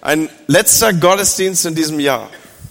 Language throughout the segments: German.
Ein letzter Gottesdienst in diesem Jahr.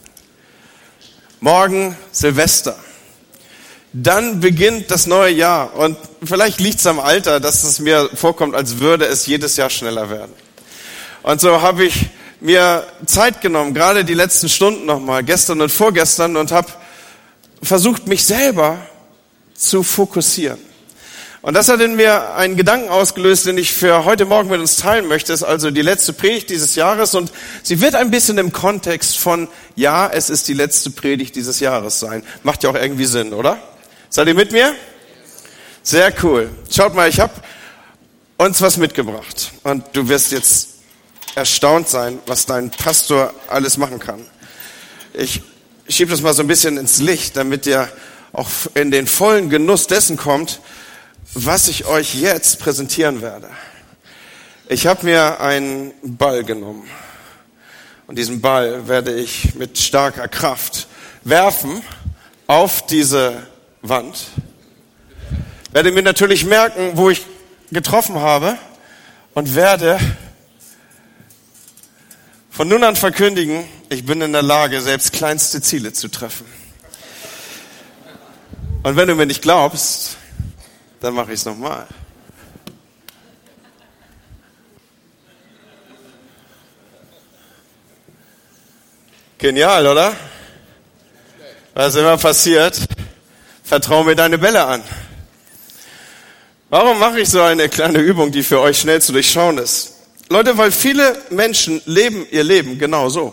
Morgen Silvester. Dann beginnt das neue Jahr. Und vielleicht liegt es am Alter, dass es mir vorkommt, als würde es jedes Jahr schneller werden. Und so habe ich mir Zeit genommen, gerade die letzten Stunden nochmal, gestern und vorgestern, und habe versucht, mich selber zu fokussieren. Und das hat in mir einen Gedanken ausgelöst, den ich für heute Morgen mit uns teilen möchte. Das ist also die letzte Predigt dieses Jahres und sie wird ein bisschen im Kontext von, ja, es ist die letzte Predigt dieses Jahres sein. Macht ja auch irgendwie Sinn, oder? Seid ihr mit mir? Sehr cool. Schaut mal, ich habe uns was mitgebracht und du wirst jetzt erstaunt sein, was dein Pastor alles machen kann. Ich schiebe das mal so ein bisschen ins Licht, damit ihr auch in den vollen Genuss dessen kommt, was ich euch jetzt präsentieren werde. Ich habe mir einen Ball genommen und diesen Ball werde ich mit starker Kraft werfen auf diese Wand. Werde mir natürlich merken, wo ich getroffen habe und werde von nun an verkündigen, ich bin in der Lage, selbst kleinste Ziele zu treffen. Und wenn du mir nicht glaubst, dann mache ich es nochmal. Genial, oder? Was immer passiert, vertrau mir deine Bälle an. Warum mache ich so eine kleine Übung, die für euch schnell zu durchschauen ist? Leute, weil viele Menschen leben ihr Leben genau so.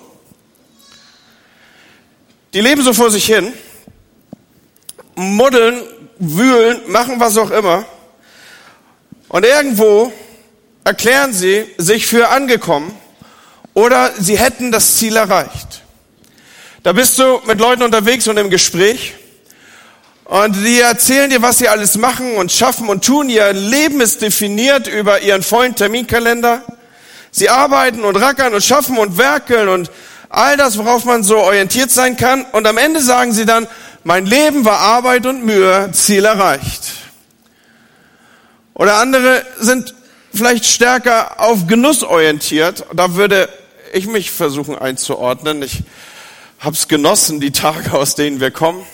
Die leben so vor sich hin, muddeln, wühlen, machen was auch immer. Und irgendwo erklären sie sich für angekommen oder sie hätten das Ziel erreicht. Da bist du mit Leuten unterwegs und im Gespräch und die erzählen dir, was sie alles machen und schaffen und tun. Ihr Leben ist definiert über ihren vollen Terminkalender. Sie arbeiten und rackern und schaffen und werkeln und all das, worauf man so orientiert sein kann. Und am Ende sagen sie dann, mein Leben war Arbeit und Mühe, Ziel erreicht. Oder andere sind vielleicht stärker auf Genuss orientiert. Da würde ich mich versuchen einzuordnen. Ich habe es genossen, die Tage, aus denen wir kommen.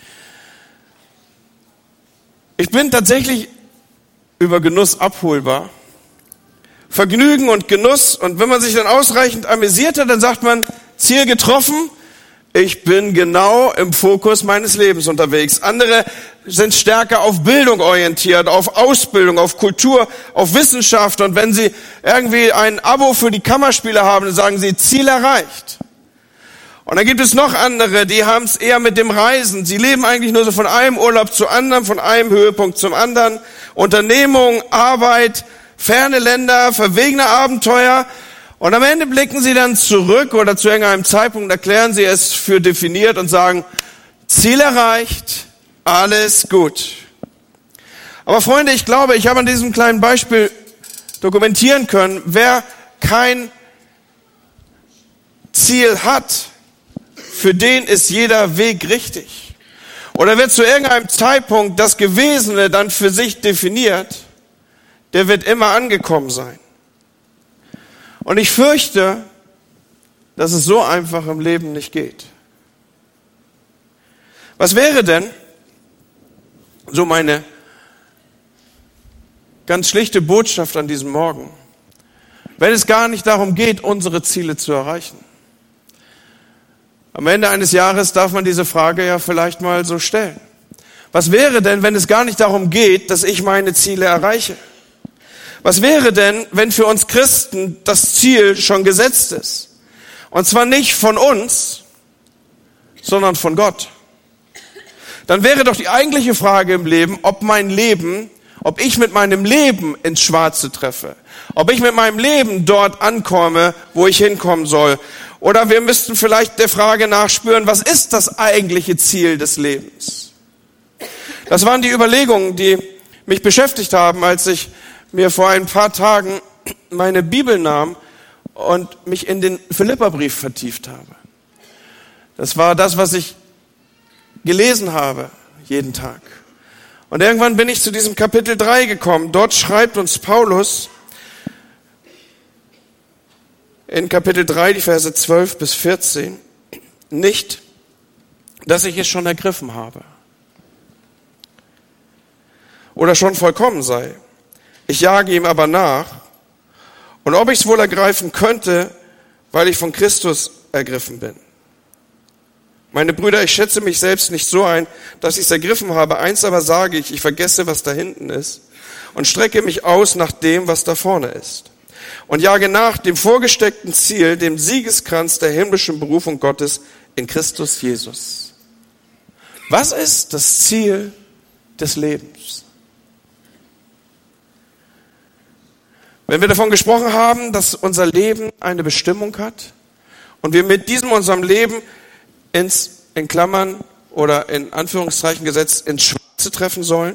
Ich bin tatsächlich über Genuss abholbar. Vergnügen und Genuss. Und wenn man sich dann ausreichend amüsiert hat, dann sagt man, Ziel getroffen. Ich bin genau im Fokus meines Lebens unterwegs. Andere sind stärker auf Bildung orientiert, auf Ausbildung, auf Kultur, auf Wissenschaft. Und wenn sie irgendwie ein Abo für die Kammerspiele haben, dann sagen sie, Ziel erreicht. Und dann gibt es noch andere, die haben es eher mit dem Reisen. Sie leben eigentlich nur so von einem Urlaub zu anderem, von einem Höhepunkt zum anderen. Unternehmung, Arbeit, ferne Länder, verwegene Abenteuer. Und am Ende blicken sie dann zurück oder zu irgendeinem Zeitpunkt erklären sie es für definiert und sagen, Ziel erreicht, alles gut. Aber Freunde, ich glaube, ich habe an diesem kleinen Beispiel dokumentieren können, wer kein Ziel hat, für den ist jeder Weg richtig. Oder wer zu irgendeinem Zeitpunkt das Gewesene dann für sich definiert, der wird immer angekommen sein. Und ich fürchte, dass es so einfach im Leben nicht geht. Was wäre denn, so meine ganz schlichte Botschaft an diesem Morgen, wenn es gar nicht darum geht, unsere Ziele zu erreichen? Am Ende eines Jahres darf man diese Frage ja vielleicht mal so stellen. Was wäre denn, wenn es gar nicht darum geht, dass ich meine Ziele erreiche? Was wäre denn, wenn für uns Christen das Ziel schon gesetzt ist? Und zwar nicht von uns, sondern von Gott. Dann wäre doch die eigentliche Frage im Leben, ob ich mit meinem Leben ins Schwarze treffe. Ob ich mit meinem Leben dort ankomme, wo ich hinkommen soll. Oder wir müssten vielleicht der Frage nachspüren, was ist das eigentliche Ziel des Lebens? Das waren die Überlegungen, die mich beschäftigt haben, als ich mir vor ein paar Tagen meine Bibel nahm und mich in den Philipperbrief vertieft habe. Das war das, was ich gelesen habe, jeden Tag. Und irgendwann bin ich zu diesem Kapitel 3 gekommen. Dort schreibt uns Paulus, in Kapitel 3, die Verse 12 bis 14, nicht, dass ich es schon ergriffen habe oder schon vollkommen sei. Ich jage ihm aber nach. Und ob ich es wohl ergreifen könnte, weil ich von Christus ergriffen bin. Meine Brüder, ich schätze mich selbst nicht so ein, dass ich es ergriffen habe. Eins aber sage ich, ich vergesse, was da hinten ist und strecke mich aus nach dem, was da vorne ist. Und jage nach dem vorgesteckten Ziel, dem Siegeskranz der himmlischen Berufung Gottes in Christus Jesus. Was ist das Ziel des Lebens? Wenn wir davon gesprochen haben, dass unser Leben eine Bestimmung hat und wir mit diesem unserem Leben in Klammern oder in Anführungszeichen gesetzt ins Schwarze treffen sollen,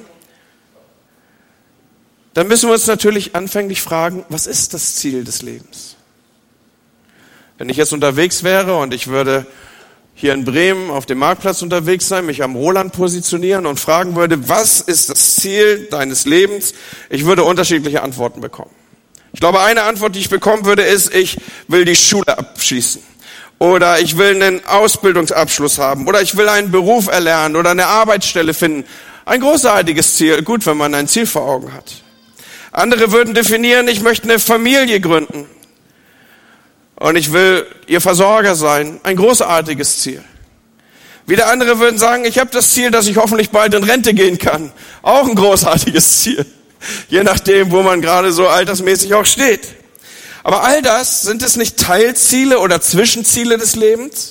dann müssen wir uns natürlich anfänglich fragen, was ist das Ziel des Lebens? Wenn ich jetzt unterwegs wäre und ich würde hier in Bremen auf dem Marktplatz unterwegs sein, mich am Roland positionieren und fragen würde, was ist das Ziel deines Lebens? Ich würde unterschiedliche Antworten bekommen. Ich glaube, eine Antwort, die ich bekommen würde, ist, ich will die Schule abschließen. Oder ich will einen Ausbildungsabschluss haben. Oder ich will einen Beruf erlernen oder eine Arbeitsstelle finden. Ein großartiges Ziel. Gut, wenn man ein Ziel vor Augen hat. Andere würden definieren, ich möchte eine Familie gründen. Und ich will ihr Versorger sein. Ein großartiges Ziel. Wieder andere würden sagen, ich habe das Ziel, dass ich hoffentlich bald in Rente gehen kann. Auch ein großartiges Ziel. Je nachdem, wo man gerade so altersmäßig auch steht. Aber all das, sind es nicht Teilziele oder Zwischenziele des Lebens?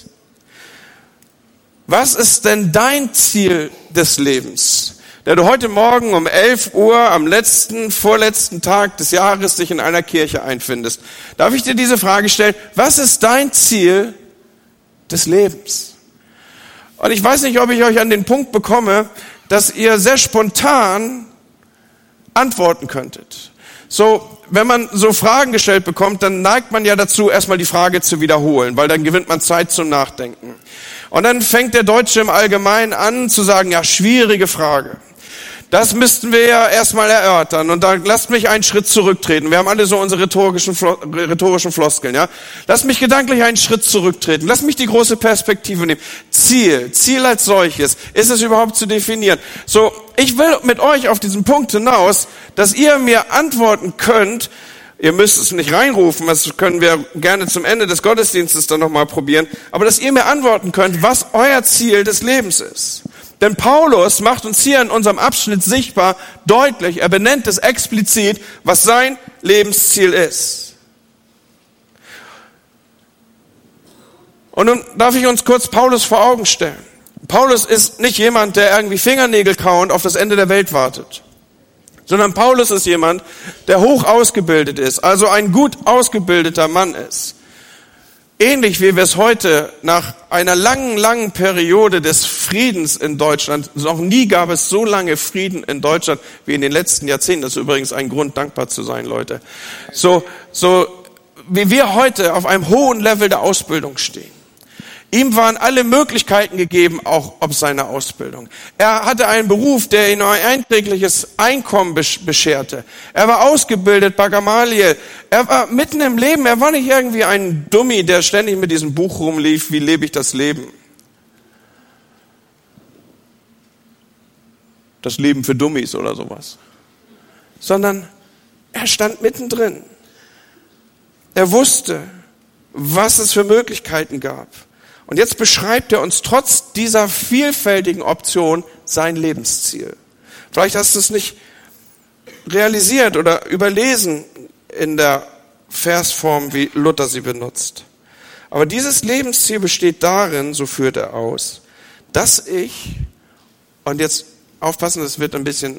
Was ist denn dein Ziel des Lebens, der du heute Morgen um 11 Uhr am vorletzten Tag des Jahres dich in einer Kirche einfindest? Darf ich dir diese Frage stellen? Was ist dein Ziel des Lebens? Und ich weiß nicht, ob ich euch an den Punkt bekomme, dass ihr sehr spontan antworten könntet. So, wenn man so Fragen gestellt bekommt, dann neigt man ja dazu, erstmal die Frage zu wiederholen, weil dann gewinnt man Zeit zum Nachdenken. Und dann fängt der Deutsche im Allgemeinen an zu sagen, ja, schwierige Frage. Das müssten wir ja erstmal erörtern. Und da lasst mich einen Schritt zurücktreten. Wir haben alle so unsere rhetorischen Floskeln, ja. Lasst mich gedanklich einen Schritt zurücktreten. Lasst mich die große Perspektive nehmen. Ziel als solches. Ist es überhaupt zu definieren? So, ich will mit euch auf diesen Punkt hinaus, dass ihr mir antworten könnt. Ihr müsst es nicht reinrufen, das können wir gerne zum Ende des Gottesdienstes dann nochmal probieren. Aber dass ihr mir antworten könnt, was euer Ziel des Lebens ist. Denn Paulus macht uns hier in unserem Abschnitt sichtbar, deutlich, er benennt es explizit, was sein Lebensziel ist. Und nun darf ich uns kurz Paulus vor Augen stellen. Paulus ist nicht jemand, der irgendwie Fingernägel kauend auf das Ende der Welt wartet. Sondern Paulus ist jemand, der hoch ausgebildet ist, also ein gut ausgebildeter Mann ist. Ähnlich wie wir es heute nach einer langen Periode des Friedens in Deutschland, noch nie gab es so lange Frieden in Deutschland wie in den letzten Jahrzehnten. Das ist übrigens ein Grund, dankbar zu sein, Leute. So wie wir heute auf einem hohen Level der Ausbildung stehen. Ihm waren alle Möglichkeiten gegeben, auch ob seiner Ausbildung. Er hatte einen Beruf, der ihm ein einträgliches Einkommen bescherte. Er war ausgebildet bei Gamaliel. Er war mitten im Leben. Er war nicht irgendwie ein Dummi, der ständig mit diesem Buch rumlief, wie lebe ich das Leben? Das Leben für Dummies oder sowas. Sondern er stand mittendrin. Er wusste, was es für Möglichkeiten gab. Und jetzt beschreibt er uns trotz dieser vielfältigen Option sein Lebensziel. Vielleicht hast du es nicht realisiert oder überlesen in der Versform, wie Luther sie benutzt. Aber dieses Lebensziel besteht darin, so führt er aus, dass ich, und jetzt aufpassen, das wird ein bisschen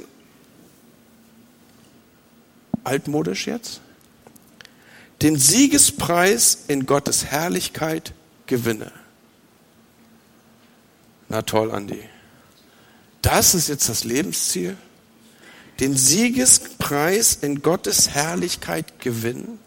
altmodisch jetzt, den Siegespreis in Gottes Herrlichkeit gewinne. Na toll, Andi. Das ist jetzt das Lebensziel? Den Siegespreis in Gottes Herrlichkeit gewinnen?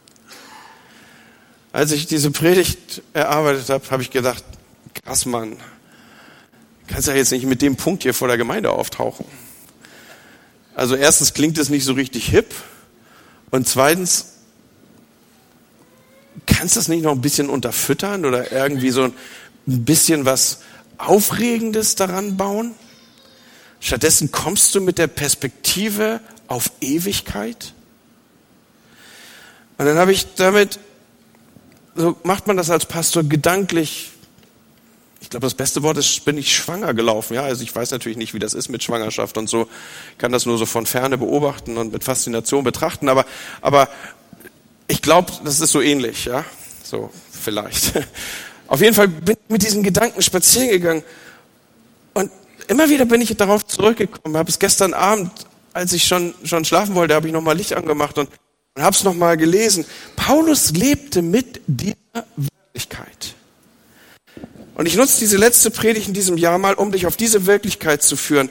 Als ich diese Predigt erarbeitet habe, habe ich gedacht, krass, Mann, kannst ja jetzt nicht mit dem Punkt hier vor der Gemeinde auftauchen. Also erstens klingt es nicht so richtig hip und zweitens kannst du das nicht noch ein bisschen unterfüttern oder irgendwie so ein bisschen was Aufregendes daran bauen? Stattdessen kommst du mit der Perspektive auf Ewigkeit. Und dann habe ich damit, so macht man das als Pastor gedanklich, ich glaube, das beste Wort ist, bin ich schwanger gelaufen. Ja, also ich weiß natürlich nicht, wie das ist mit Schwangerschaft und so. Ich kann das nur so von Ferne beobachten und mit Faszination betrachten. Aber ich glaube, das ist so ähnlich, ja. So, vielleicht. Auf jeden Fall bin ich mit diesen Gedanken spazieren gegangen. Und immer wieder bin ich darauf zurückgekommen. Habe es gestern Abend, als ich schon schlafen wollte, habe ich nochmal Licht angemacht und habe es nochmal gelesen. Paulus lebte mit dieser Wirklichkeit. Und ich nutze diese letzte Predigt in diesem Jahr mal, um dich auf diese Wirklichkeit zu führen.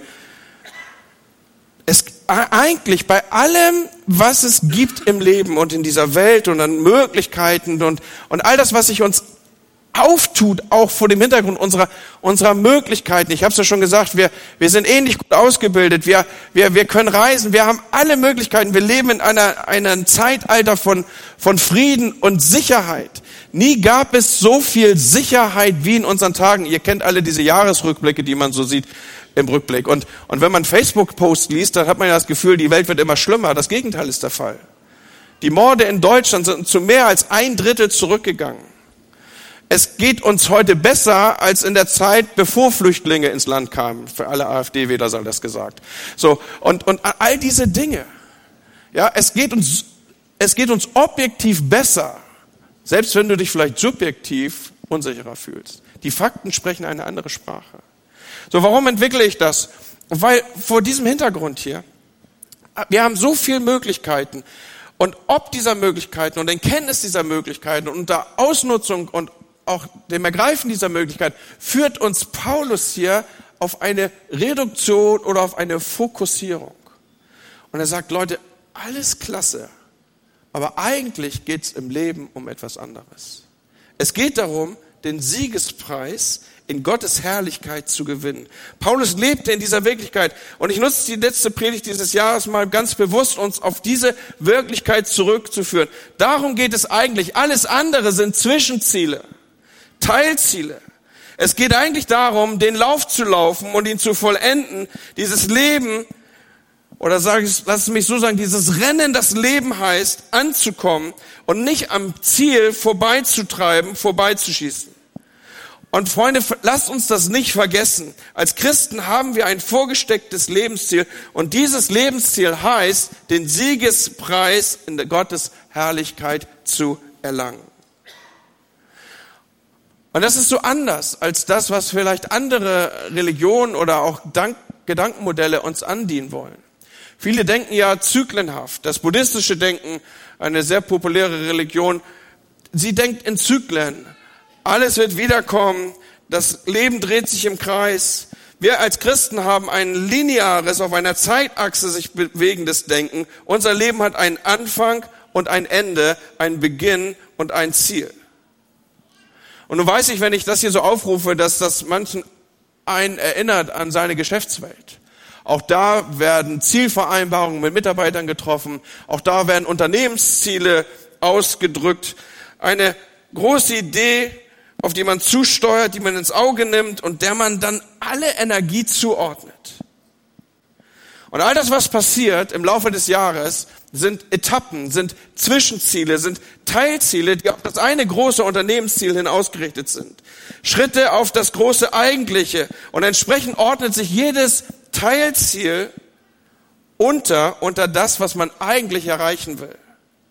Es eigentlich bei allem, was es gibt im Leben und in dieser Welt und an Möglichkeiten und all das, was sich uns auftut, auch vor dem Hintergrund unserer Möglichkeiten. Ich habe es ja schon gesagt, wir sind ähnlich gut ausgebildet, wir können reisen, wir haben alle Möglichkeiten. Wir leben in einem Zeitalter von Frieden und Sicherheit. Nie gab es so viel Sicherheit wie in unseren Tagen. Ihr kennt alle diese Jahresrückblicke, die man so sieht im Rückblick. Und wenn man Facebook-Posts liest, dann hat man ja das Gefühl, die Welt wird immer schlimmer. Das Gegenteil ist der Fall. Die Morde in Deutschland sind zu mehr als 1/3 zurückgegangen. Es geht uns heute besser als in der Zeit, bevor Flüchtlinge ins Land kamen. Für alle AfD-Wähler sei das gesagt. So, und all diese Dinge. Ja, es geht uns objektiv besser. Selbst wenn du dich vielleicht subjektiv unsicherer fühlst. Die Fakten sprechen eine andere Sprache. So, warum entwickle ich das? Weil vor diesem Hintergrund hier, wir haben so viele Möglichkeiten. Und ob dieser Möglichkeiten und in Kenntnis dieser Möglichkeiten und unter Ausnutzung und auch dem Ergreifen dieser Möglichkeit führt uns Paulus hier auf eine Reduktion oder auf eine Fokussierung. Und er sagt, Leute, alles klasse. Aber eigentlich geht es im Leben um etwas anderes. Es geht darum, den Siegespreis in Gottes Herrlichkeit zu gewinnen. Paulus lebte in dieser Wirklichkeit. Und ich nutze die letzte Predigt dieses Jahres mal ganz bewusst, uns auf diese Wirklichkeit zurückzuführen. Darum geht es eigentlich. Alles andere sind Zwischenziele, Teilziele. Es geht eigentlich darum, den Lauf zu laufen und ihn zu vollenden, dieses Leben, oder lass es mich so sagen, dieses Rennen, das Leben heißt, anzukommen und nicht am Ziel vorbeizutreiben, vorbeizuschießen. Und Freunde, lasst uns das nicht vergessen. Als Christen haben wir ein vorgestecktes Lebensziel und dieses Lebensziel heißt, den Siegespreis in Gottes Herrlichkeit zu erlangen. Und das ist so anders als das, was vielleicht andere Religionen oder auch Gedankenmodelle uns andienen wollen. Viele denken ja zyklenhaft. Das buddhistische Denken, eine sehr populäre Religion, sie denkt in Zyklen. Alles wird wiederkommen, das Leben dreht sich im Kreis. Wir als Christen haben ein lineares, auf einer Zeitachse sich bewegendes Denken. Unser Leben hat einen Anfang und ein Ende, einen Beginn und ein Ziel. Und nun weiß ich, wenn ich das hier so aufrufe, dass das manchen einen erinnert an seine Geschäftswelt. Auch da werden Zielvereinbarungen mit Mitarbeitern getroffen. Auch da werden Unternehmensziele ausgedrückt. Eine große Idee, auf die man zusteuert, die man ins Auge nimmt und der man dann alle Energie zuordnet. Und all das, was passiert im Laufe des Jahres, sind Etappen, sind Zwischenziele, sind Teilziele, die auf das eine große Unternehmensziel hin ausgerichtet sind. Schritte auf das große Eigentliche. Und entsprechend ordnet sich jedes Teilziel unter das, was man eigentlich erreichen will.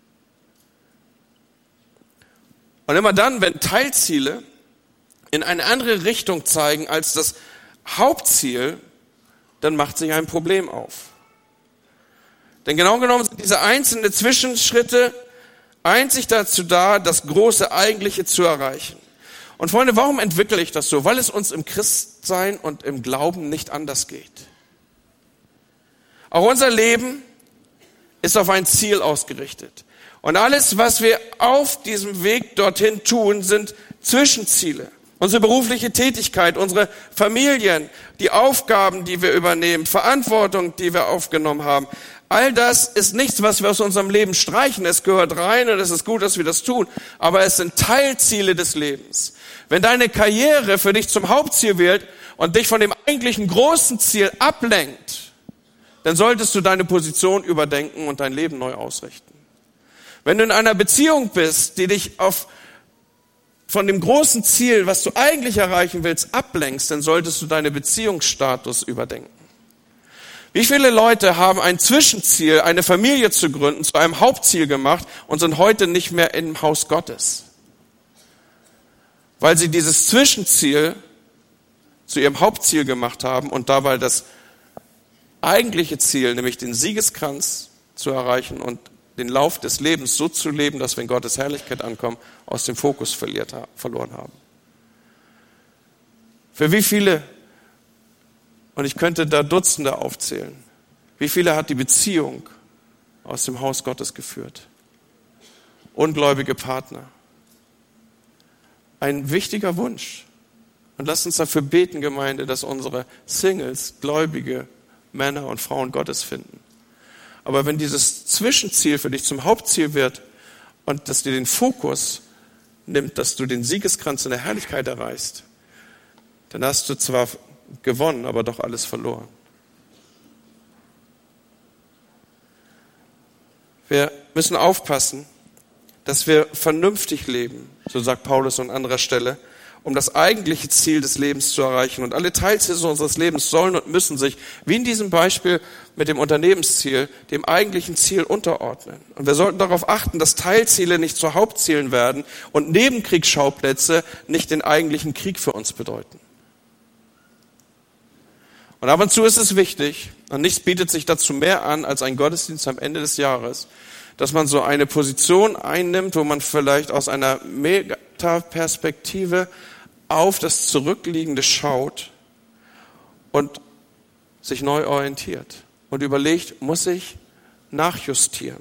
Und immer dann, wenn Teilziele in eine andere Richtung zeigen als das Hauptziel, dann macht sich ein Problem auf. Denn genau genommen sind diese einzelnen Zwischenschritte einzig dazu da, das große Eigentliche zu erreichen. Und Freunde, warum entwickle ich das so? Weil es uns im Christsein und im Glauben nicht anders geht. Auch unser Leben ist auf ein Ziel ausgerichtet. Und alles, was wir auf diesem Weg dorthin tun, sind Zwischenziele. Unsere berufliche Tätigkeit, unsere Familien, die Aufgaben, die wir übernehmen, Verantwortung, die wir aufgenommen haben. All das ist nichts, was wir aus unserem Leben streichen. Es gehört rein und es ist gut, dass wir das tun. Aber es sind Teilziele des Lebens. Wenn deine Karriere für dich zum Hauptziel wird und dich von dem eigentlichen großen Ziel ablenkt, dann solltest du deine Position überdenken und dein Leben neu ausrichten. Wenn du in einer Beziehung bist, die dich von dem großen Ziel, was du eigentlich erreichen willst, ablenkst, dann solltest du deinen Beziehungsstatus überdenken. Wie viele Leute haben ein Zwischenziel, eine Familie zu gründen, zu einem Hauptziel gemacht und sind heute nicht mehr im Haus Gottes? Weil sie dieses Zwischenziel zu ihrem Hauptziel gemacht haben und dabei das eigentliche Ziel, nämlich den Siegeskranz zu erreichen und den Lauf des Lebens so zu leben, dass wenn Gottes Herrlichkeit ankommt, aus dem Fokus verloren haben. Für wie viele, und ich könnte da Dutzende aufzählen, wie viele hat die Beziehung aus dem Haus Gottes geführt? Ungläubige Partner. Ein wichtiger Wunsch. Und lasst uns dafür beten, Gemeinde, dass unsere Singles gläubige Männer und Frauen Gottes finden. Aber wenn dieses Zwischenziel für dich zum Hauptziel wird und dass dir den Fokus nimmt, dass du den Siegeskranz in der Herrlichkeit erreichst, dann hast du zwar gewonnen, aber doch alles verloren. Wir müssen aufpassen, dass wir vernünftig leben, so sagt Paulus an anderer Stelle, um das eigentliche Ziel des Lebens zu erreichen. Und alle Teilziele unseres Lebens sollen und müssen sich, wie in diesem Beispiel mit dem Unternehmensziel, dem eigentlichen Ziel unterordnen. Und wir sollten darauf achten, dass Teilziele nicht zu Hauptzielen werden und Nebenkriegsschauplätze nicht den eigentlichen Krieg für uns bedeuten. Und ab und zu ist es wichtig, und nichts bietet sich dazu mehr an als ein Gottesdienst am Ende des Jahres, dass man so eine Position einnimmt, wo man vielleicht aus einer Metaperspektive auf das Zurückliegende schaut und sich neu orientiert und überlegt, muss ich nachjustieren?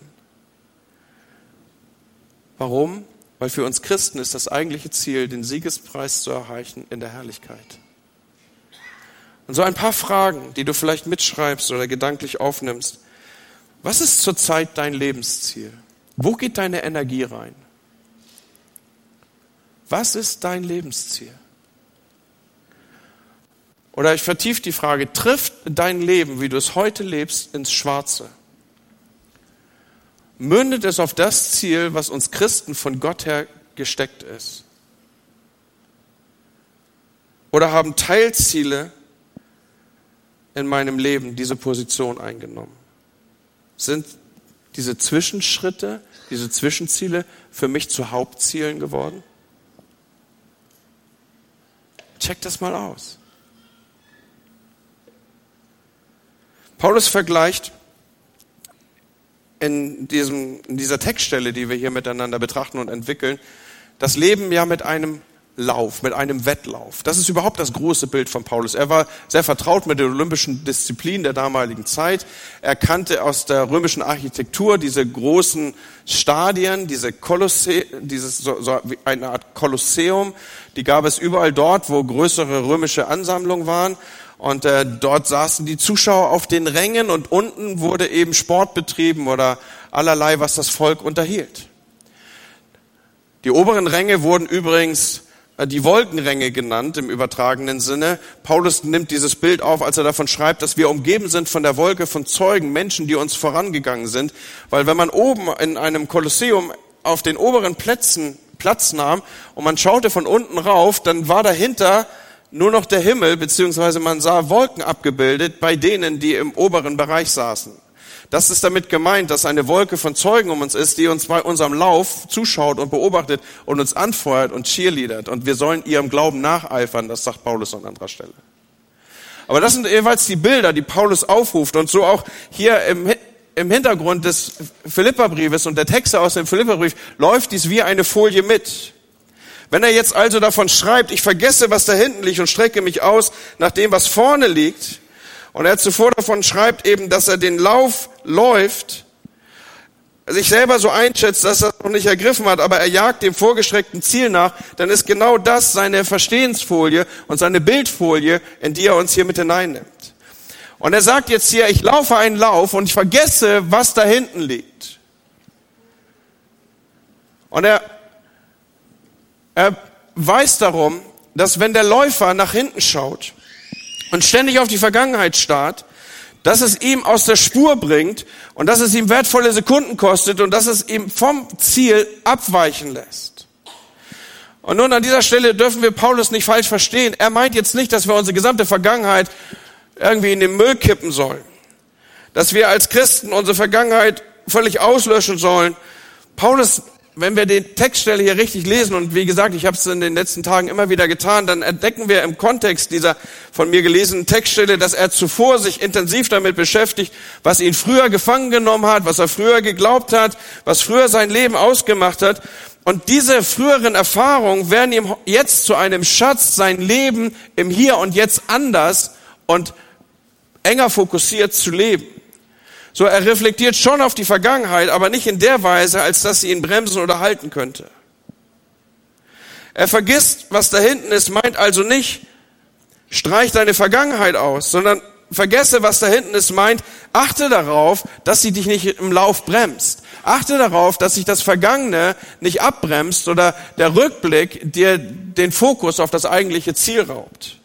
Warum? Weil für uns Christen ist das eigentliche Ziel, den Siegespreis zu erreichen in der Herrlichkeit. Und so ein paar Fragen, die du vielleicht mitschreibst oder gedanklich aufnimmst. Was ist zurzeit dein Lebensziel? Wo geht deine Energie rein? Was ist dein Lebensziel? Oder ich vertiefe die Frage, trifft dein Leben, wie du es heute lebst, ins Schwarze? Mündet es auf das Ziel, was uns Christen von Gott her gesteckt ist? Oder haben Teilziele in meinem Leben diese Position eingenommen? Sind diese Zwischenschritte, diese Zwischenziele für mich zu Hauptzielen geworden? Check das mal aus. Paulus vergleicht in dieser Textstelle, die wir hier miteinander betrachten und entwickeln, das Leben ja mit einem Lauf, mit einem Wettlauf. Das ist überhaupt das große Bild von Paulus. Er war sehr vertraut mit der olympischen Disziplin der damaligen Zeit. Er kannte aus der römischen Architektur diese großen Stadien, diese eine Art Kolosseum. Die gab es überall dort, wo größere römische Ansammlungen waren. Und dort saßen die Zuschauer auf den Rängen und unten wurde eben Sport betrieben oder allerlei, was das Volk unterhielt. Die oberen Ränge wurden übrigens die Wolkenränge genannt im übertragenen Sinne. Paulus nimmt dieses Bild auf, als er davon schreibt, dass wir umgeben sind von der Wolke von Zeugen, Menschen, die uns vorangegangen sind. Weil wenn man oben in einem Kolosseum auf den oberen Plätzen Platz nahm und man schaute von unten rauf, dann war dahinter nur noch der Himmel, beziehungsweise man sah Wolken abgebildet bei denen, die im oberen Bereich saßen. Das ist damit gemeint, dass eine Wolke von Zeugen um uns ist, die uns bei unserem Lauf zuschaut und beobachtet und uns anfeuert und cheerleadert. Und wir sollen ihrem Glauben nacheifern, das sagt Paulus an anderer Stelle. Aber das sind jeweils die Bilder, die Paulus aufruft. Und so auch hier im Hintergrund des Philipperbriefes und der Texte aus dem Philipperbrief läuft dies wie eine Folie mit. Wenn er jetzt also davon schreibt, ich vergesse, was da hinten liegt und strecke mich aus nach dem, was vorne liegt, und er zuvor davon schreibt eben, dass er den Lauf läuft, sich selber so einschätzt, dass er es noch nicht ergriffen hat, aber er jagt dem vorgestreckten Ziel nach, dann ist genau das seine Verstehensfolie und seine Bildfolie, in die er uns hier mit hineinnimmt. Und er sagt jetzt hier, ich laufe einen Lauf und ich vergesse, was da hinten liegt. Und er weiß darum, dass wenn der Läufer nach hinten schaut und ständig auf die Vergangenheit starrt, dass es ihm aus der Spur bringt und dass es ihm wertvolle Sekunden kostet und dass es ihm vom Ziel abweichen lässt. Und nun an dieser Stelle dürfen wir Paulus nicht falsch verstehen. Er meint jetzt nicht, dass wir unsere gesamte Vergangenheit irgendwie in den Müll kippen sollen. Dass wir als Christen unsere Vergangenheit völlig auslöschen sollen. Paulus, wenn wir die Textstelle hier richtig lesen, und wie gesagt, ich habe es in den letzten Tagen immer wieder getan, dann entdecken wir im Kontext dieser von mir gelesenen Textstelle, dass er zuvor sich intensiv damit beschäftigt, was ihn früher gefangen genommen hat, was er früher geglaubt hat, was früher sein Leben ausgemacht hat. Und diese früheren Erfahrungen werden ihm jetzt zu einem Schatz, sein Leben im Hier und Jetzt anders und enger fokussiert zu leben. So, er reflektiert schon auf die Vergangenheit, aber nicht in der Weise, als dass sie ihn bremsen oder halten könnte. Er vergisst, was da hinten ist, meint also nicht, streich deine Vergangenheit aus, sondern vergesse, was da hinten ist, meint, achte darauf, dass sie dich nicht im Lauf bremst. Achte darauf, dass sich das Vergangene nicht abbremst oder der Rückblick dir den Fokus auf das eigentliche Ziel raubt.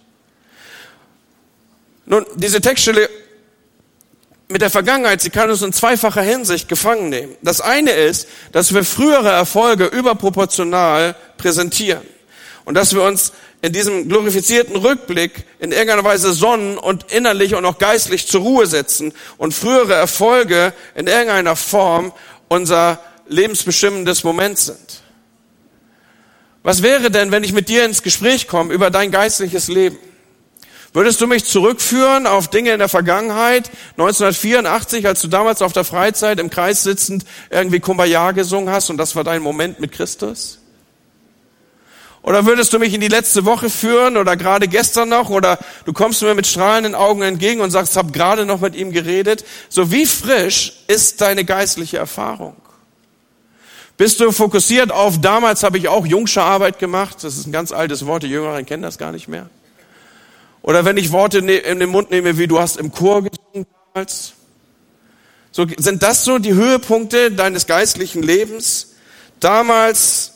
Nun, diese Textstelle mit der Vergangenheit, sie kann uns in zweifacher Hinsicht gefangen nehmen. Das eine ist, dass wir frühere Erfolge überproportional präsentieren und dass wir uns in diesem glorifizierten Rückblick in irgendeiner Weise sonnen und innerlich und auch geistlich zur Ruhe setzen und frühere Erfolge in irgendeiner Form unser lebensbestimmendes Moment sind. Was wäre denn, wenn ich mit dir ins Gespräch komme über dein geistliches Leben? Würdest du mich zurückführen auf Dinge in der Vergangenheit, 1984, als du damals auf der Freizeit im Kreis sitzend irgendwie Kumbaya gesungen hast und das war dein Moment mit Christus? Oder würdest du mich in die letzte Woche führen oder gerade gestern noch oder du kommst mir mit strahlenden Augen entgegen und sagst, ich habe gerade noch mit ihm geredet? So wie frisch ist deine geistliche Erfahrung? Bist du fokussiert auf, damals habe ich auch Jungscherarbeit gemacht, das ist ein ganz altes Wort, die Jüngeren kennen das gar nicht mehr. Oder wenn ich Worte in den Mund nehme, wie du hast im Chor gesungen damals. So, sind das so die Höhepunkte deines geistlichen Lebens? Damals,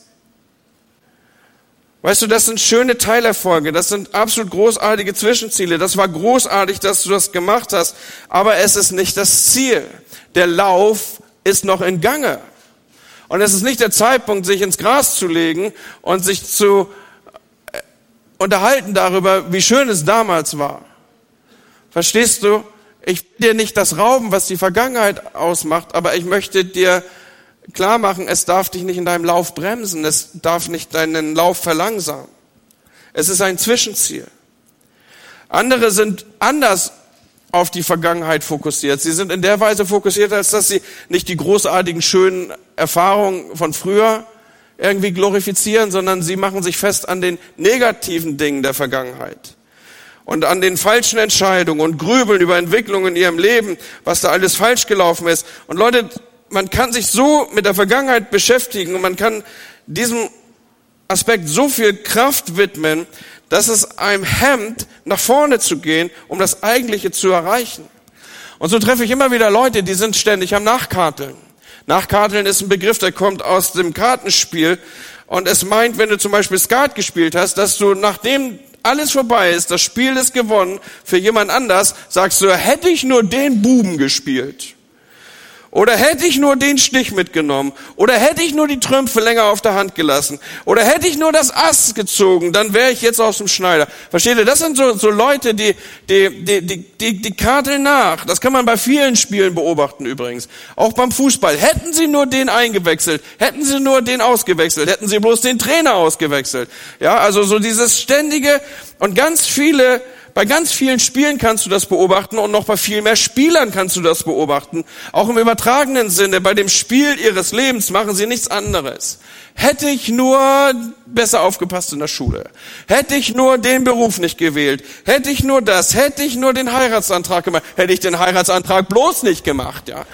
weißt du, das sind schöne Teilerfolge, das sind absolut großartige Zwischenziele. Das war großartig, dass du das gemacht hast, aber es ist nicht das Ziel. Der Lauf ist noch in Gange. Und es ist nicht der Zeitpunkt, sich ins Gras zu legen und sich zu unterhalten darüber, wie schön es damals war. Verstehst du? Ich will dir nicht das rauben, was die Vergangenheit ausmacht, aber ich möchte dir klar machen, es darf dich nicht in deinem Lauf bremsen, es darf nicht deinen Lauf verlangsamen. Es ist ein Zwischenziel. Andere sind anders auf die Vergangenheit fokussiert. Sie sind in der Weise fokussiert, als dass sie nicht die großartigen, schönen Erfahrungen von früher irgendwie glorifizieren, sondern sie machen sich fest an den negativen Dingen der Vergangenheit und an den falschen Entscheidungen und grübeln über Entwicklungen in ihrem Leben, was da alles falsch gelaufen ist. Und Leute, man kann sich so mit der Vergangenheit beschäftigen und man kann diesem Aspekt so viel Kraft widmen, dass es einem hemmt, nach vorne zu gehen, um das Eigentliche zu erreichen. Und so treffe ich immer wieder Leute, die sind ständig am Nachkarteln. Nachkarteln ist ein Begriff, der kommt aus dem Kartenspiel und es meint, wenn du zum Beispiel Skat gespielt hast, dass du, nachdem alles vorbei ist, das Spiel ist gewonnen, für jemand anders, sagst du, hätte ich nur den Buben gespielt. Oder hätte ich nur den Stich mitgenommen. Oder hätte ich nur die Trümpfe länger auf der Hand gelassen. Oder hätte ich nur das Ass gezogen, dann wäre ich jetzt aus dem Schneider. Versteht ihr? Das sind so Leute, die karteln nach. Das kann man bei vielen Spielen beobachten übrigens. Auch beim Fußball. Hätten sie nur den eingewechselt. Hätten sie nur den ausgewechselt. Hätten sie bloß den Trainer ausgewechselt. Ja, also so dieses ständige und bei ganz vielen Spielen kannst du das beobachten und noch bei viel mehr Spielern kannst du das beobachten. Auch im übertragenen Sinne, bei dem Spiel ihres Lebens machen sie nichts anderes. Hätte ich nur besser aufgepasst in der Schule. Hätte ich nur den Beruf nicht gewählt. Hätte ich nur das. Hätte ich nur den Heiratsantrag gemacht. Hätte ich den Heiratsantrag bloß nicht gemacht, ja.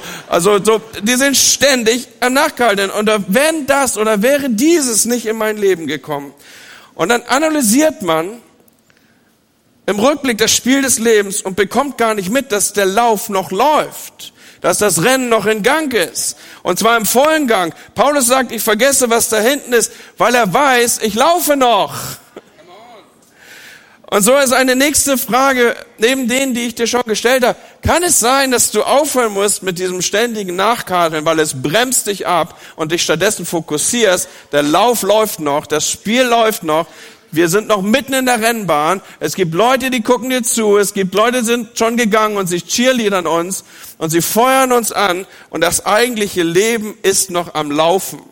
Die sind ständig am Nachkalten. Und wenn das oder wäre dieses nicht in mein Leben gekommen. Und dann analysiert man, im Rückblick das Spiel des Lebens und bekommt gar nicht mit, dass der Lauf noch läuft, dass das Rennen noch in Gang ist. Und zwar im vollen Gang. Paulus sagt, ich vergesse, was da hinten ist, weil er weiß, ich laufe noch. Und so ist eine nächste Frage, neben denen, die ich dir schon gestellt habe. Kann es sein, dass du aufhören musst mit diesem ständigen Nachkarteln, weil es bremst dich ab und dich stattdessen fokussierst? Der Lauf läuft noch, das Spiel läuft noch. Wir sind noch mitten in der Rennbahn. Es gibt Leute, die gucken dir zu. Es gibt Leute, die sind schon gegangen und sie cheerleadern uns und sie feuern uns an. Und das eigentliche Leben ist noch am Laufen.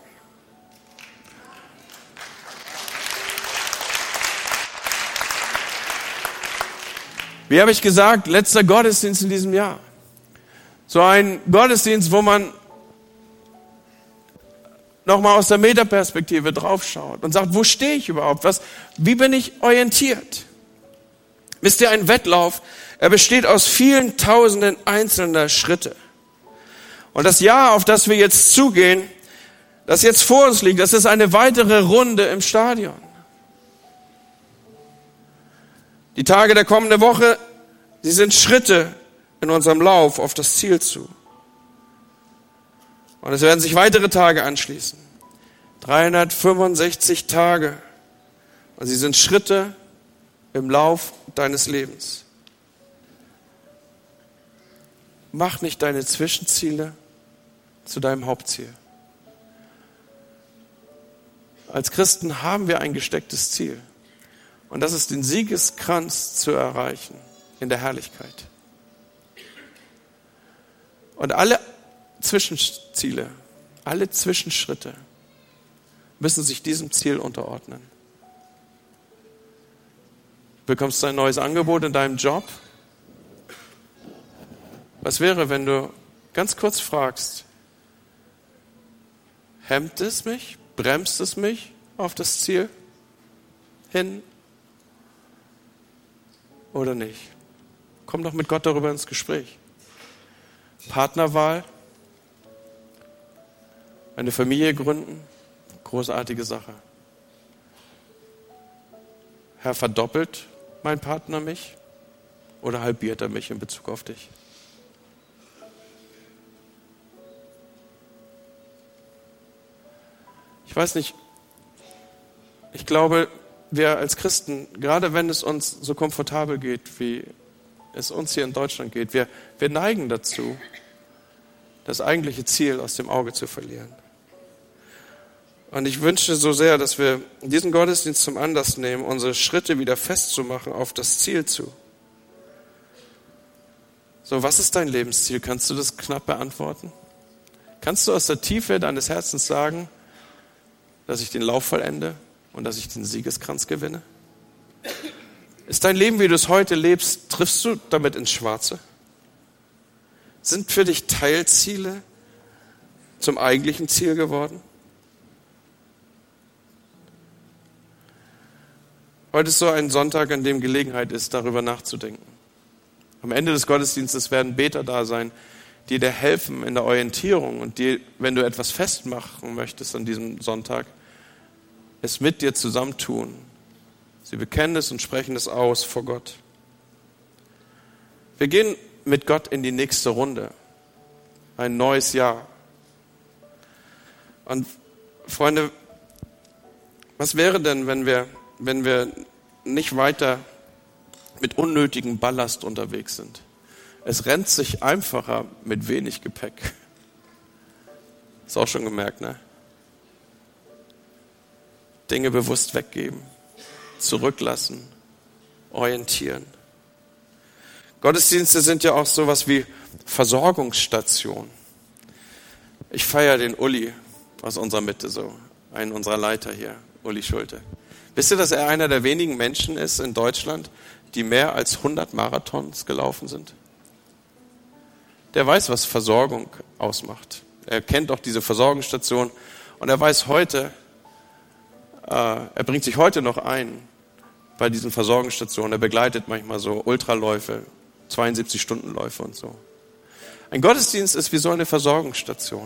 Wie habe ich gesagt, letzter Gottesdienst in diesem Jahr. So ein Gottesdienst, wo man nochmal aus der Metaperspektive draufschaut und sagt, wo stehe ich überhaupt? Wie bin ich orientiert? Wisst ihr, ein Wettlauf, er besteht aus vielen Tausenden einzelner Schritte. Und das Jahr, auf das wir jetzt zugehen, das jetzt vor uns liegt, das ist eine weitere Runde im Stadion. Die Tage der kommenden Woche, sie sind Schritte in unserem Lauf auf das Ziel zu. Und es werden sich weitere Tage anschließen. 365 Tage. Und sie sind Schritte im Lauf deines Lebens. Mach nicht deine Zwischenziele zu deinem Hauptziel. Als Christen haben wir ein gestecktes Ziel. Und das ist den Siegeskranz zu erreichen in der Herrlichkeit. Und alle Zwischenziele, alle Zwischenschritte müssen sich diesem Ziel unterordnen. Du bekommst ein neues Angebot in deinem Job. Was wäre, wenn du ganz kurz fragst, hemmt es mich, bremst es mich auf das Ziel hin oder nicht? Komm doch mit Gott darüber ins Gespräch. Partnerwahl, eine Familie gründen, großartige Sache. Herr, verdoppelt mein Partner mich oder halbiert er mich in Bezug auf dich? Ich weiß nicht, ich glaube, wir als Christen, gerade wenn es uns so komfortabel geht, wie es uns hier in Deutschland geht, wir neigen dazu, das eigentliche Ziel aus dem Auge zu verlieren. Und ich wünsche so sehr, dass wir diesen Gottesdienst zum Anlass nehmen, unsere Schritte wieder festzumachen auf das Ziel zu. So, was ist dein Lebensziel? Kannst du das knapp beantworten? Kannst du aus der Tiefe deines Herzens sagen, dass ich den Lauf vollende und dass ich den Siegeskranz gewinne? Ist dein Leben, wie du es heute lebst, triffst du damit ins Schwarze? Sind für dich Teilziele zum eigentlichen Ziel geworden? Heute ist so ein Sonntag, an dem Gelegenheit ist, darüber nachzudenken. Am Ende des Gottesdienstes werden Beter da sein, die dir helfen in der Orientierung und die, wenn du etwas festmachen möchtest an diesem Sonntag, es mit dir zusammentun. Sie bekennen es und sprechen es aus vor Gott. Wir gehen mit Gott in die nächste Runde. Ein neues Jahr. Und Freunde, was wäre denn, wenn wir nicht weiter mit unnötigem Ballast unterwegs sind? Es rennt sich einfacher mit wenig Gepäck. Ist auch schon gemerkt, ne? Dinge bewusst weggeben, zurücklassen, orientieren. Gottesdienste sind ja auch sowas wie Versorgungsstationen. Ich feiere den Uli aus unserer Mitte so, einen unserer Leiter hier, Uli Schulte. Wisst ihr, dass er einer der wenigen Menschen ist in Deutschland, die mehr als 100 Marathons gelaufen sind? Der weiß, was Versorgung ausmacht. Er kennt auch diese Versorgungsstation und er weiß heute, er bringt sich heute noch ein bei diesen Versorgungsstationen. Er begleitet manchmal so Ultraläufe, 72-Stunden-Läufe und so. Ein Gottesdienst ist wie so eine Versorgungsstation.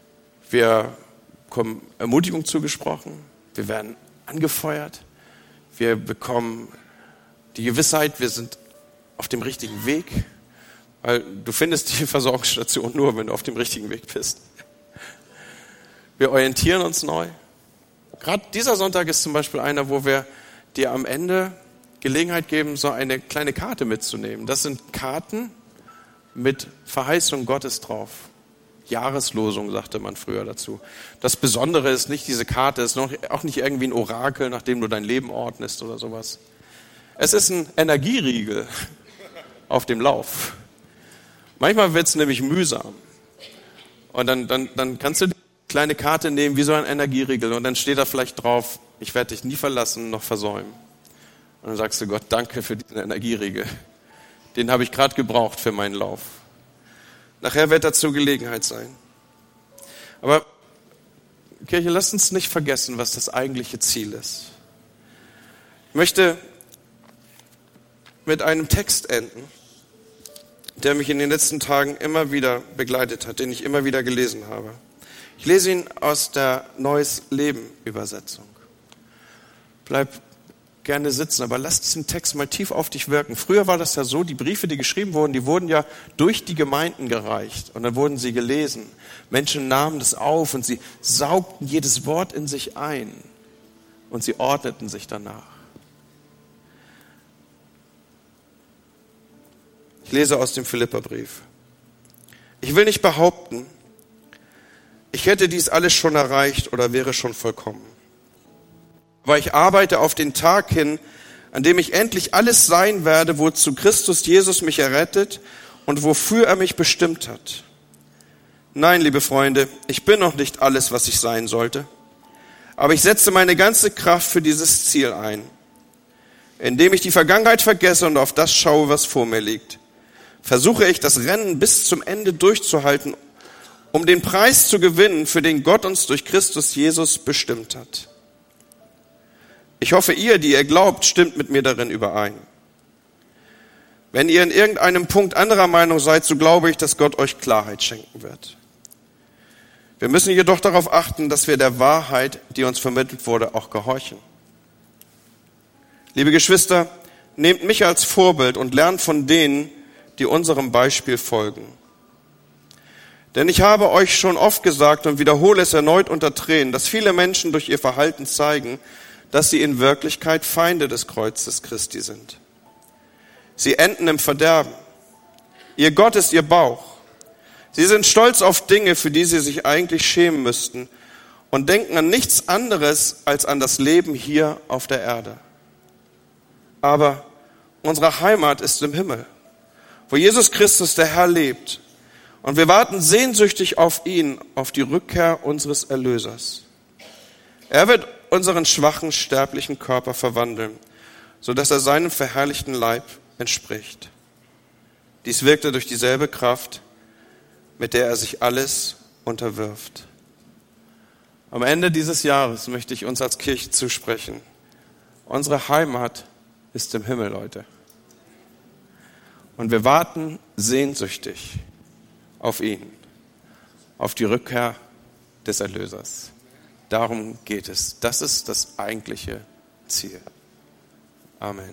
Wir bekommen Ermutigung zugesprochen, wir werden angefeuert, Wir bekommen die Gewissheit, wir sind auf dem richtigen Weg, weil du findest die Versorgungsstation nur, wenn du auf dem richtigen Weg bist. Wir orientieren uns neu. Gerade dieser Sonntag ist zum Beispiel einer, wo wir dir am Ende Gelegenheit geben, so eine kleine Karte mitzunehmen. Das sind Karten mit Verheißung Gottes drauf. Jahreslosung, sagte man früher dazu. Das Besondere ist nicht diese Karte, es ist auch nicht irgendwie ein Orakel, nach dem du dein Leben ordnest oder sowas. Es ist ein Energieriegel auf dem Lauf. Manchmal wird es nämlich mühsam. Und dann kannst du die kleine Karte nehmen, wie so ein Energieriegel, und dann steht da vielleicht drauf, ich werde dich nie verlassen, noch versäumen. Und dann sagst du Gott, danke für diesen Energieriegel. Den habe ich gerade gebraucht für meinen Lauf. Nachher wird dazu Gelegenheit sein. Aber Kirche, lasst uns nicht vergessen, was das eigentliche Ziel ist. Ich möchte mit einem Text enden, der mich in den letzten Tagen immer wieder begleitet hat, den ich immer wieder gelesen habe. Ich lese ihn aus der Neues Leben Übersetzung. Bleib gerne sitzen, aber lass diesen Text mal tief auf dich wirken. Früher war das ja so, die Briefe, die geschrieben wurden, die wurden ja durch die Gemeinden gereicht und dann wurden sie gelesen. Menschen nahmen das auf und sie saugten jedes Wort in sich ein und sie ordneten sich danach. Ich lese aus dem Philipperbrief. Ich will nicht behaupten, ich hätte dies alles schon erreicht oder wäre schon vollkommen. Aber ich arbeite auf den Tag hin, an dem ich endlich alles sein werde, wozu Christus Jesus mich errettet und wofür er mich bestimmt hat. Nein, liebe Freunde, ich bin noch nicht alles, was ich sein sollte. Aber ich setze meine ganze Kraft für dieses Ziel ein, indem ich die Vergangenheit vergesse und auf das schaue, was vor mir liegt. Versuche ich, das Rennen bis zum Ende durchzuhalten, um den Preis zu gewinnen, für den Gott uns durch Christus Jesus bestimmt hat. Ich hoffe, ihr, die ihr glaubt, stimmt mit mir darin überein. Wenn ihr in irgendeinem Punkt anderer Meinung seid, so glaube ich, dass Gott euch Klarheit schenken wird. Wir müssen jedoch darauf achten, dass wir der Wahrheit, die uns vermittelt wurde, auch gehorchen. Liebe Geschwister, nehmt mich als Vorbild und lernt von denen, die unserem Beispiel folgen. Denn ich habe euch schon oft gesagt und wiederhole es erneut unter Tränen, dass viele Menschen durch ihr Verhalten zeigen, dass sie in Wirklichkeit Feinde des Kreuzes Christi sind. Sie enden im Verderben. Ihr Gott ist ihr Bauch. Sie sind stolz auf Dinge, für die sie sich eigentlich schämen müssten und denken an nichts anderes als an das Leben hier auf der Erde. Aber unsere Heimat ist im Himmel, wo Jesus Christus, der Herr, lebt. Und wir warten sehnsüchtig auf ihn, auf die Rückkehr unseres Erlösers. Er wird unseren schwachen, sterblichen Körper verwandeln, sodass er seinem verherrlichten Leib entspricht. Dies wirkt er durch dieselbe Kraft, mit der er sich alles unterwirft. Am Ende dieses Jahres möchte ich uns als Kirche zusprechen. Unsere Heimat ist im Himmel, Leute. Und wir warten sehnsüchtig auf ihn, auf die Rückkehr des Erlösers. Darum geht es. Das ist das eigentliche Ziel. Amen.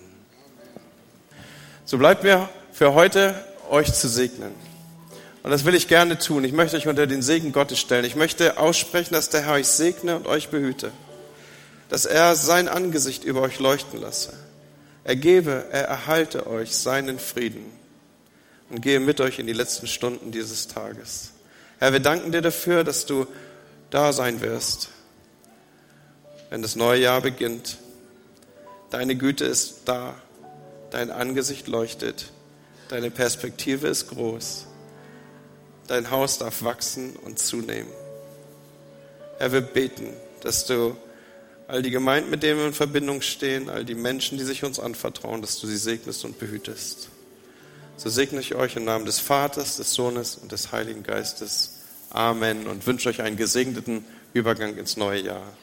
So bleibt mir für heute, euch zu segnen. Und das will ich gerne tun. Ich möchte euch unter den Segen Gottes stellen. Ich möchte aussprechen, dass der Herr euch segne und euch behüte. Dass er sein Angesicht über euch leuchten lasse. Er gebe, er erhalte euch seinen Frieden. Und gehe mit euch in die letzten Stunden dieses Tages. Herr, wir danken dir dafür, dass du da sein wirst, wenn das neue Jahr beginnt. Deine Güte ist da, dein Angesicht leuchtet, deine Perspektive ist groß, dein Haus darf wachsen und zunehmen. Herr, wir beten, dass du all die Gemeinden, mit denen wir in Verbindung stehen, all die Menschen, die sich uns anvertrauen, dass du sie segnest und behütest. So segne ich euch im Namen des Vaters, des Sohnes und des Heiligen Geistes. Amen und wünsche euch einen gesegneten Übergang ins neue Jahr.